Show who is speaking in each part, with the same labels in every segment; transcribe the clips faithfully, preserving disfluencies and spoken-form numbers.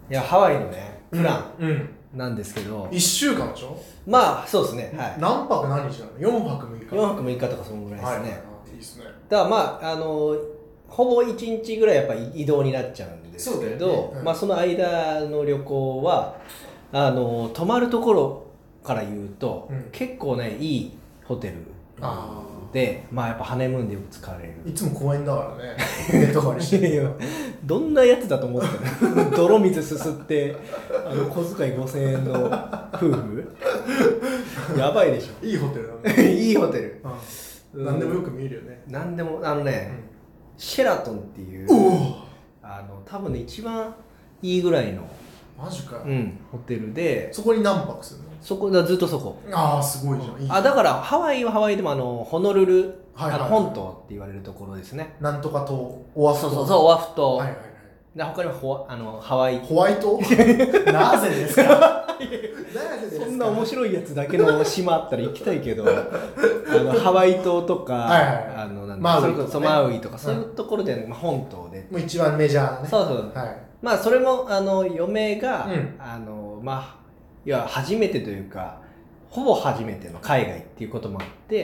Speaker 1: いやハワイのねプラ
Speaker 2: うんうん
Speaker 1: ンなんですけど、
Speaker 2: いっしゅうかんでしょ。
Speaker 1: まあそうですね、はい、
Speaker 2: 何泊何日なの？よんはくむいか。
Speaker 1: よんはくむいかとかそのぐらいですね、
Speaker 2: はいはいはい、いいですね。
Speaker 1: だからまああのほぼいちにちぐらいやっぱり移動になっちゃうんですけど、
Speaker 2: そうだよね、うん、
Speaker 1: まあその間の旅行はあの泊まるところから言うと、うん、結構ねいいホテルで、まあやっぱハネムーンでよく使われる。
Speaker 2: いつも公園だからね。寝泊まりしてる。
Speaker 1: どんなやつだと思ってる泥水すすってあの小遣いごせんえんの夫婦やばいでしょ。
Speaker 2: いいホテルだね。
Speaker 1: いいホテル、
Speaker 2: うん、何でもよく見えるよね。
Speaker 1: 何でもあのね、うん、シェラトンっていうあの多分ね一番いいぐらいの
Speaker 2: マジかよ、
Speaker 1: うん、ホテルで、
Speaker 2: そこに何泊するの？
Speaker 1: そこだずっとそこ。
Speaker 2: ああすごいじゃん。いいじゃん。
Speaker 1: あだからハワイはハワイでもあのホノルル、はいはいはい、あの本島って言われるところですね。
Speaker 2: なんとか島、オアフ島。
Speaker 1: そうそうそう、オアフ島。
Speaker 2: はいはいはい。
Speaker 1: で他にもホワあのハワイ。
Speaker 2: ホワイト？なぜですか？なぜですか？
Speaker 1: そんな面白いやつだけの島あったら行きたいけど、あのハワイ島とか、はいはいはい、あのなんだ、マウイとか、ね、そうマウイとかそういうところで、まあ、本島で。
Speaker 2: もう一番メジャーなね。
Speaker 1: そうそう。はい。まあそれもあの嫁が、うん、あのまあいや初めてというかほぼ初めての海外っていうこともあって、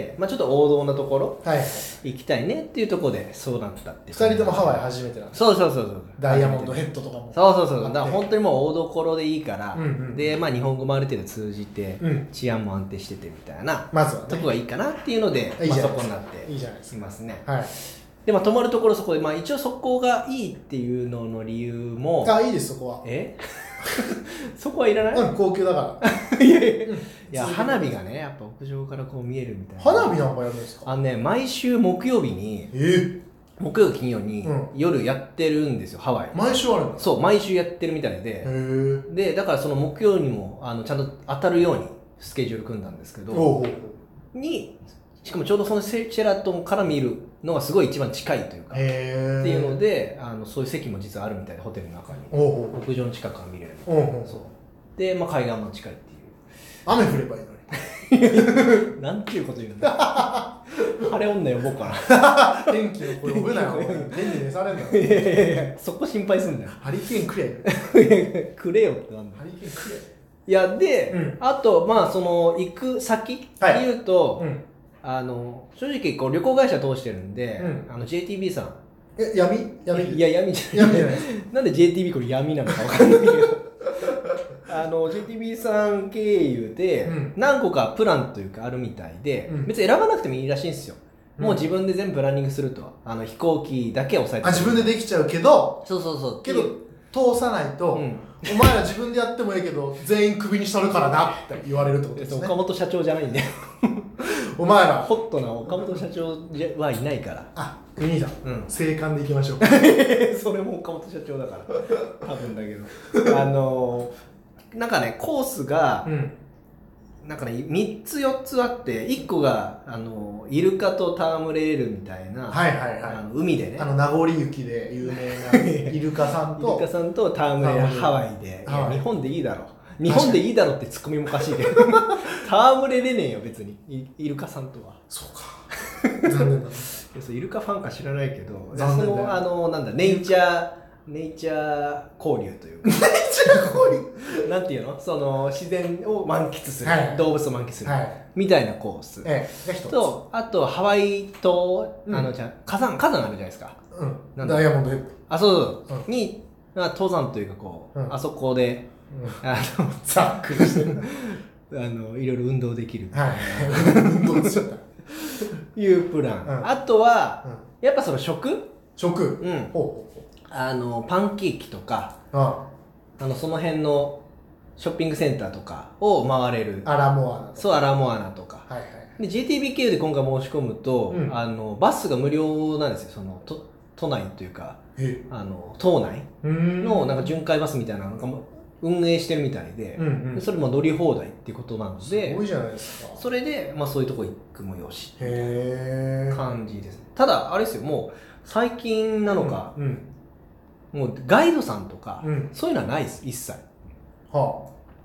Speaker 1: まあ、ちょっと王道なところ、はい、行きたいねっていうところでそうなったっていう。
Speaker 2: ふたりともハワイ初めてなんです。
Speaker 1: そうそうそうそう。
Speaker 2: ダイヤモンドヘッドとかも。
Speaker 1: そうそうそう。だから本当にもう大どころでいいから、うんうん、でまあ日本語もある程度通じて、うん、治安も安定しててみたいな、まずはね、とこがいいかなっていうので、まあ、そこになっていますね。はい。でまあ泊まるところそこで、まあ、一応そこがいいっていうのの理由も。
Speaker 2: あいいですそこは。
Speaker 1: えそこはいらない？
Speaker 2: うん高級だから
Speaker 1: いやいや、うん、いや花火がねやっぱ屋上からこう見えるみたいな。
Speaker 2: 花火なんかやるんですか？
Speaker 1: あのね毎週木曜日にえー、木曜金曜に夜やってるんですよ、うん、ハワイ。
Speaker 2: 毎週あるんだ。
Speaker 1: そう毎週やってるみたいで、へでだからその木曜にもあのちゃんと当たるようにスケジュール組んだんですけど、おうおうにしかもちょうどそのシェラトンから見るのがすごい一番近いというかっていうので、あのそういう席も実はあるみたいでホテルの中に屋上の近くから見れるみたいな。そうで、まあ、海岸も近いっていう。
Speaker 2: 雨降ればいいの
Speaker 1: になんていうこと言うんだ晴れ女呼ぼうかな
Speaker 2: 天気の子呼ぶなよ天に召されんだよ。
Speaker 1: いやいやいやそこ心配すんだよ。
Speaker 2: ハリケーンくれ
Speaker 1: くれよってなんだ。
Speaker 2: ハリケーンくれ。
Speaker 1: いやで、うん、あとまあその行く先っていうと、はいうんあの正直こう旅行会社通してるんで、うん、あの ジェイティービー さん
Speaker 2: え闇闇
Speaker 1: いや闇じゃないなんで ジェイティービー これ闇なのか分かんないけどあの ジェイティービー さん経由で何個かプランというかあるみたいで、うん、別に選ばなくてもいいらしいんですよ、うん、もう自分で全部プランニングするとあの飛行機だけ押さえて
Speaker 2: あ自分でできちゃうけど
Speaker 1: そうそうそう
Speaker 2: けど通さないと、うん、お前ら自分でやってもいいけど全員クビにしたるからなって言われるってことですね。
Speaker 1: 岡本社長じゃないんだよ
Speaker 2: お前ら
Speaker 1: ホットな岡本社長はいないから。
Speaker 2: あ、クニさん、うん、静観でいきましょう
Speaker 1: それも岡本社長だから多分だけどあのー、なんかねコースが、うん、なんかねみっつよっつあっていっこがあのイルカと戯れるみたいな、はいはいはい、あの海でね
Speaker 2: あの名残雪で有名なイルカさんと
Speaker 1: イルカさんと戯れるハワイで、いや日本でいいだろ日本でいいだろってツッコミもおかしいけど戯れれねえよ別にイルカさんとは。
Speaker 2: そうか残念だ
Speaker 1: そうイルカファンか知らないけどそのあのなんだネイチャーネイチャー交流というかネイチャー交流なんていうのその自然を満喫する、はい、動物を満喫する、はい、みたいなコース、ええ、とあとハワイ島、うん、あのじゃ火山火山あるじゃないですか、
Speaker 2: うん、なんダイヤモンドヘッド
Speaker 1: あそうそう、うん、に登山というかこう、うん、あそこでうん、あの
Speaker 2: ざっくりしてる
Speaker 1: あのいろいろ運動できる、
Speaker 2: はい、運動しちゃった
Speaker 1: いうプラン、うん、あとは、うん、やっぱその食
Speaker 2: 食、
Speaker 1: うん、ほうほうほうあのパンケーキとかああのその辺のショッピングセンターとかを回れる
Speaker 2: アラモアナとか
Speaker 1: そうアラモアナとか、はいはい、で ジェイティービー 経由で今回申し込むと、うん、あのバスが無料なんですよその都都内というかあの島内のなんか巡回バスみたいなのが運営してるみたいで、うんうん、でそれも乗り放題っていうことなのです
Speaker 2: ごいじゃないですか。
Speaker 1: それで、まあ、そういうとこ行くもよしへ感じですね。ただあれですよもう最近なのか、うんうん、もうガイドさんとか、うん、そういうのはないです一切、はあ、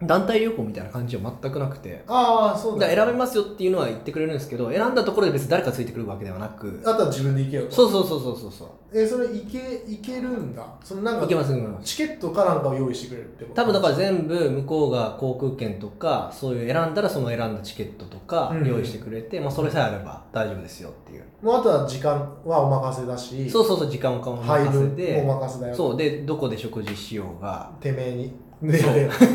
Speaker 1: 団体旅行みたいな感じは全くなくて、
Speaker 2: ああそう
Speaker 1: だ、ね、だ選べますよっていうのは言ってくれるんですけど、選んだところで別に誰かついてくるわけではなく、
Speaker 2: あとは自分で行けよと。
Speaker 1: そうそうそうそうそうそう。
Speaker 2: えそれ行け行けるんだ。そのなんか
Speaker 1: 行けます行けます。
Speaker 2: チケットかなんかを用意してくれるってこと。
Speaker 1: 多分だから全部向こうが航空券とかそういう選んだらその選んだチケットとか用意してくれて、うん、まあそれさえあれば大丈夫ですよっていう。
Speaker 2: もうあとは時間はお任せだし。
Speaker 1: そうそうそう、時間はお任せで。
Speaker 2: 配分もお任せだよ。そうで
Speaker 1: どこで食事しようが。
Speaker 2: てめえに。で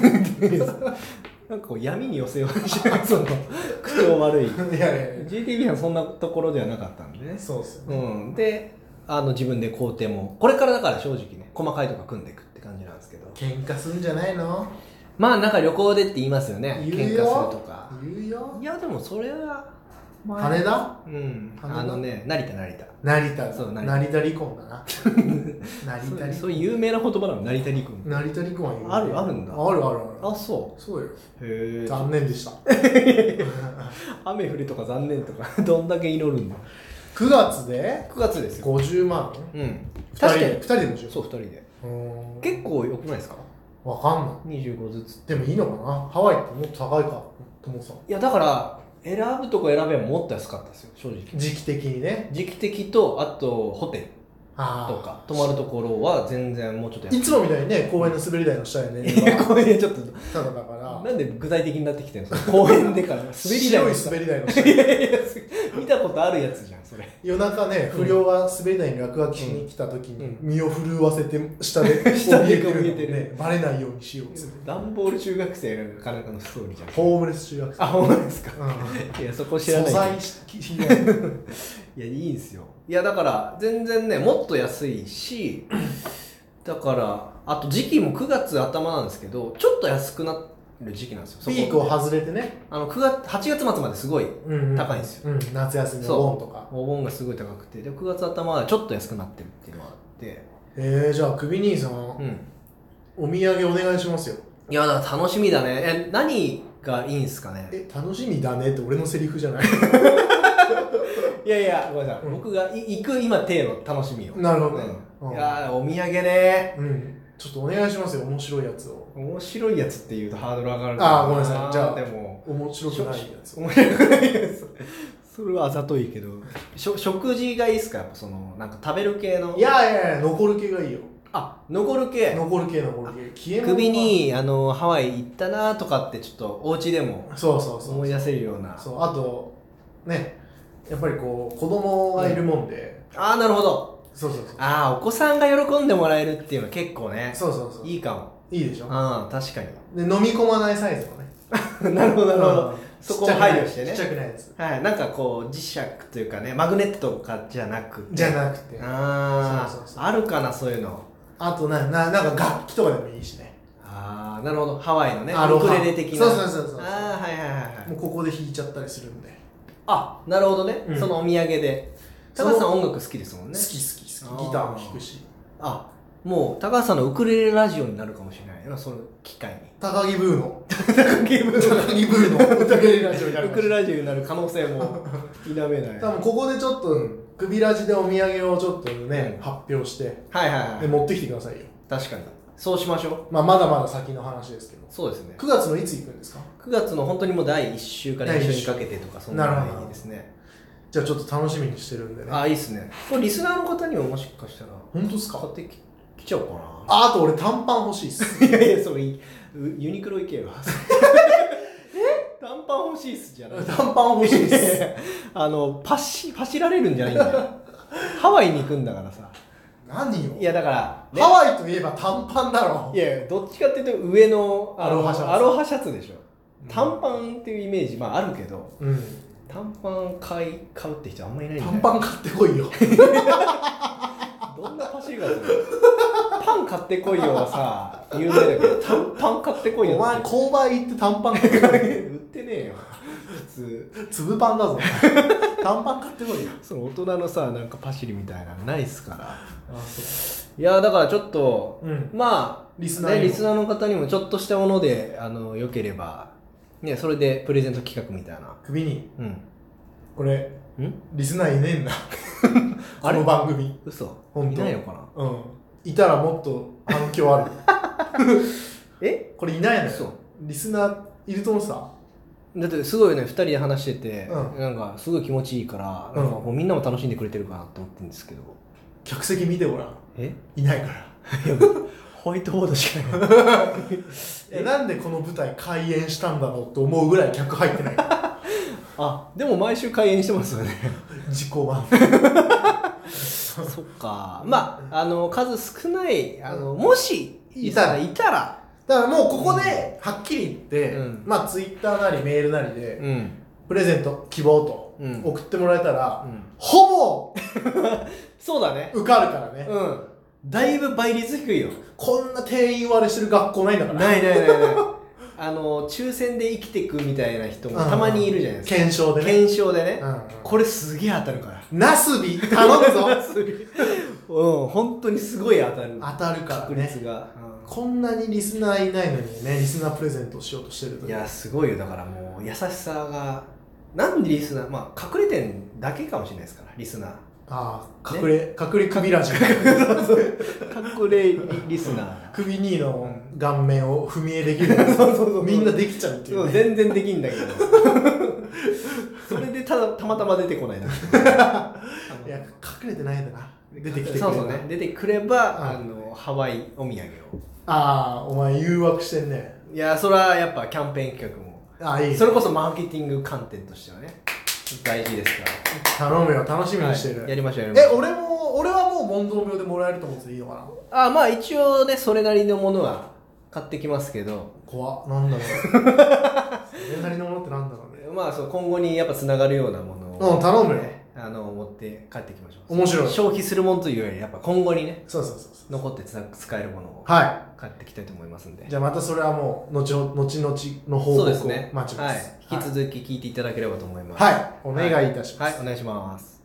Speaker 1: なんかこう闇に寄せようとしてその口調悪い。いやいやいや ジーティービー はそんなところではなかったんでね。
Speaker 2: そうですよね。
Speaker 1: うん、であの自分で工程もこれからだから正直ね細かいとか組んでいくって感じなんですけど。
Speaker 2: 喧嘩すんじゃないの？
Speaker 1: まあなんか旅行でって言いますよね。喧嘩するとか。
Speaker 2: 言うよ。
Speaker 1: いやでもそれは
Speaker 2: 羽田？
Speaker 1: うん。あのね成田成田。
Speaker 2: 成田。
Speaker 1: そう成田。
Speaker 2: 成田離婚だな。成田離婚。
Speaker 1: そういう有名な言葉なの成田離婚。
Speaker 2: 成田離婚は有名。
Speaker 1: あるあるんだ。
Speaker 2: あるあるある。
Speaker 1: あそう。
Speaker 2: そうよ。
Speaker 1: へえ。
Speaker 2: 残念でした。
Speaker 1: 雨降りとか残念とかどんだけ祈るんだ。
Speaker 2: くがつで
Speaker 1: くがつですよ。
Speaker 2: ごじゅうまん。
Speaker 1: うん。
Speaker 2: 確かにふたりでごじゅうまん。
Speaker 1: そうふたりで。結構良くないですか？
Speaker 2: わかんない。
Speaker 1: にじゅうごずつ。
Speaker 2: でもいいのかな。ハワイってもっと高いかと思ってた。
Speaker 1: いやだから選ぶとこ選べばもっと安かったですよ正直。
Speaker 2: 時期的にね。
Speaker 1: 時期的とあとホテルとか泊まるところは全然もうちょっと安い。
Speaker 2: いつもみたいにね公園の滑り台の下でね。
Speaker 1: 公園ちょっと
Speaker 2: ただだから
Speaker 1: なんで具体的になってきてるの？公園でから滑り台の
Speaker 2: 下。白い滑り台の下。
Speaker 1: いやいや見たことあるやつじゃんそれ。
Speaker 2: 夜中ね不良が滑り台に落書きしに来た時に身を震わせて下で怯えてるのねバレないようにしようっつって。
Speaker 1: ダンボール中学生のかなんかのストーリーじゃん。
Speaker 2: ホームレス中学生。
Speaker 1: あホームレスか。いやそこ知らない。素材被害。いやいいんですよ。いやだから全然ねもっと安いしだからあと時期もくがつ頭なんですけどちょっと安くなる時期なんですよ。
Speaker 2: ピークを外れてね
Speaker 1: あのくがつはちがつ末まですごい高いんですよ、
Speaker 2: うんうん、夏休みのお盆とか
Speaker 1: お盆がすごい高くてでくがつ頭はちょっと安くなってるっていうのがあって
Speaker 2: えー、じゃあクビ兄さん、うん、お土産お願いしますよ。
Speaker 1: いやだから楽しみだね。え何がいいんすかね。
Speaker 2: え楽しみだねって俺のセリフじゃない
Speaker 1: いやいやごめんなさい、うん、僕が行く今程度楽しみよ。
Speaker 2: なるほどね、
Speaker 1: うん、いやお土産ね、
Speaker 2: うん、ちょっとお願いしますよ面白いやつを。
Speaker 1: 面白いやつっていうとハードル上がるから。
Speaker 2: ああごめんなさい。じゃあ
Speaker 1: でも
Speaker 2: 面白くないやつ。
Speaker 1: 面白くないやつそれはあざといけどしょ食事がいいっすか？やっぱそのなんか食べる系の。
Speaker 2: いやいやいや残る系がいいよ。
Speaker 1: あ残る系
Speaker 2: 残る系残る系
Speaker 1: 首にあのハワイ行ったなとかってちょっとお家でも
Speaker 2: そうそうそう
Speaker 1: 思い出せるような。
Speaker 2: そうあとねやっぱりこう子供がいるもんで、
Speaker 1: うん、ああなるほど。
Speaker 2: そうそうそう。
Speaker 1: ああお子さんが喜んでもらえるっていうのは結構ね。
Speaker 2: そうそうそう。
Speaker 1: いいかも。
Speaker 2: いいでしょ。
Speaker 1: ああ確かに。
Speaker 2: で飲み込まないサイズもね。
Speaker 1: なるほどなるほど、うん、そこを配慮してね。
Speaker 2: ちっちゃくないやつ。
Speaker 1: はいなんかこう磁石というかねマグネットとかじゃなくて。
Speaker 2: じゃなくて。
Speaker 1: ああそうそうそうあるかなそういうの。
Speaker 2: あとなななんか楽器とかでもいいしね。
Speaker 1: ああなるほどハワイのね
Speaker 2: ウク
Speaker 1: レレ的な。
Speaker 2: そうそうそうそう。
Speaker 1: ああはいはいはいはい。
Speaker 2: もうここで弾いちゃったりするんで。
Speaker 1: あなるほどね、うん、そのお土産で。高橋さん音楽好きですもんね。
Speaker 2: 好き好き好きギターも弾くし。
Speaker 1: あもう高橋さんのウクレレラジオになるかもしれないなその機会に。
Speaker 2: 高木ブーの
Speaker 1: 高木ブーの
Speaker 2: 高木ブーのウクレレラジオになる
Speaker 1: ウクレレラジオになる可能性も否めない。
Speaker 2: 多分ここでちょっと、うん、クビラジでお土産をちょっとね、うん、発表して
Speaker 1: はいはいはい
Speaker 2: で持ってきてくださいよ。
Speaker 1: 確かにそうしましょう。
Speaker 2: まあまだまだ先の話ですけど。
Speaker 1: そうですね。
Speaker 2: くがつのいつ行くんですか？
Speaker 1: くがつの本当にもうだいいっ週からに週にかけてとかそんなのがいいですね。
Speaker 2: じゃあちょっと楽しみにしてるんでね。
Speaker 1: あいいっすね。これリスナーの方にももしかしたら
Speaker 2: 本当ですか？
Speaker 1: 買ってききちゃおうかな。
Speaker 2: ああと俺短パン欲しいっす。
Speaker 1: いやいやそれユニクロ行けよ。え短パン欲しいっすじゃない。
Speaker 2: 短パン欲しいっす。
Speaker 1: あのパシパシられるんじゃないんだよ。ハワイに行くんだからさ。
Speaker 2: 何よ。
Speaker 1: いやだから、
Speaker 2: ね、ハワイといえば短パンだろ。
Speaker 1: いやどっちかっていうと上の
Speaker 2: アロハシャツ。
Speaker 1: アロハシャツでしょ。短パンっていうイメージまああるけど。
Speaker 2: うん。
Speaker 1: 短パン買い買うって人あんまりいないんだよ。
Speaker 2: 短パン買ってこいよ。
Speaker 1: どんなパシリがする？パン買ってこいよはさ有名だけど短パン買ってこいよって。
Speaker 2: お前購買行って短パン買ってこい。
Speaker 1: 売ってねえよ普通。
Speaker 2: 粒パンだぞ。短パン買ってこいよ。
Speaker 1: その大人のさなんかパシリみたいなのないっすから。あそういやだからちょっと、うん、まあ
Speaker 2: リスナー、ね、
Speaker 1: リスナーの方にもちょっとしたものであの良ければねそれでプレゼント企画みたいな。
Speaker 2: 首に。
Speaker 1: うん。
Speaker 2: これんリスナーいねえんだ。あの番組。
Speaker 1: 嘘。
Speaker 2: 本当。
Speaker 1: いないのかな。
Speaker 2: うん。いたらもっと反響ある。
Speaker 1: え
Speaker 2: これいないのよ。
Speaker 1: そう。
Speaker 2: リスナーいると思ってた？
Speaker 1: だってすごいねふたりで話してて、
Speaker 2: うん、
Speaker 1: なんかすごい気持ちいいから、うん、なんかもうみんなも楽しんでくれてるかなと思ってるんですけど。
Speaker 2: 客席見てごらん。
Speaker 1: え
Speaker 2: いないから
Speaker 1: ホワイトボードしかない
Speaker 2: えなんでこの舞台開演したんだろうと思うぐらい客入ってない
Speaker 1: あでも毎週開演してますよね
Speaker 2: 自己満
Speaker 1: そっかまああの数少ないあのもし
Speaker 2: いたら
Speaker 1: いたら
Speaker 2: だからもうここではっきり言って、うん、まあツイッターなりメールなりで、うん、プレゼント希望と送ってもらえたら、うん、ほぼ
Speaker 1: そうだね
Speaker 2: 受かるからね、
Speaker 1: うん、だいぶ倍率低いよ。
Speaker 2: こんな定員割れしてる学校ないんだから
Speaker 1: ないないないないあの抽選で生きていくみたいな人もたまにいるじゃないですか、
Speaker 2: 検証でね
Speaker 1: 検証でね、うんうん、これすげえ当たるから
Speaker 2: ナスビ頼むぞ
Speaker 1: ナスビうん本当にすごい当たる
Speaker 2: 当たるからね確率が、うん、こんなにリスナーいないのにねリスナープレゼントしようとしてると
Speaker 1: いやすごいよだからもう優しさがなんでリスナーまあ隠れてんだけかもしれないですからリスナー
Speaker 2: ああ隠れ、ね、隠れ首ラジオ
Speaker 1: 隠れリスナー
Speaker 2: 首にの顔面を踏み絵できるそうそうそうみんなできちゃうっていう、ね、
Speaker 1: 全然できんだけどそれでただたまたま出てこないだけ
Speaker 2: いや隠れてないんだな出てきてくれ
Speaker 1: そうそうね出てくれば、うん、あのハワイお土産を
Speaker 2: ああお前誘惑してんね
Speaker 1: いやそれはやっぱキャンペーン企画も
Speaker 2: あいい
Speaker 1: それこそマーケティング観点としてはね大事ですから
Speaker 2: 頼むよ楽しみにしてる、
Speaker 1: はい、やりましょうやりましょう
Speaker 2: え俺も俺はもう問答病でもらえると思っていいのか
Speaker 1: なあまあ一応ねそれなりのものは買ってきますけど
Speaker 2: 怖っなんだろうそれなりのものってなんだろうね
Speaker 1: まあそう今後にやっぱつながるようなものを、
Speaker 2: うん、頼むよ
Speaker 1: あの持って帰ってきましょう
Speaker 2: 面白い
Speaker 1: 消費するものというよりやっぱ今後にね
Speaker 2: そうそうそうそう
Speaker 1: 残って使えるものを買ってきたいと思いますんで、
Speaker 2: はい、じゃあまたそれはもう後々の報告を待ちます、
Speaker 1: はい、引き続き聞いていただければと思います
Speaker 2: はい、はい、お願いいたします、
Speaker 1: はい、はい、お願いします。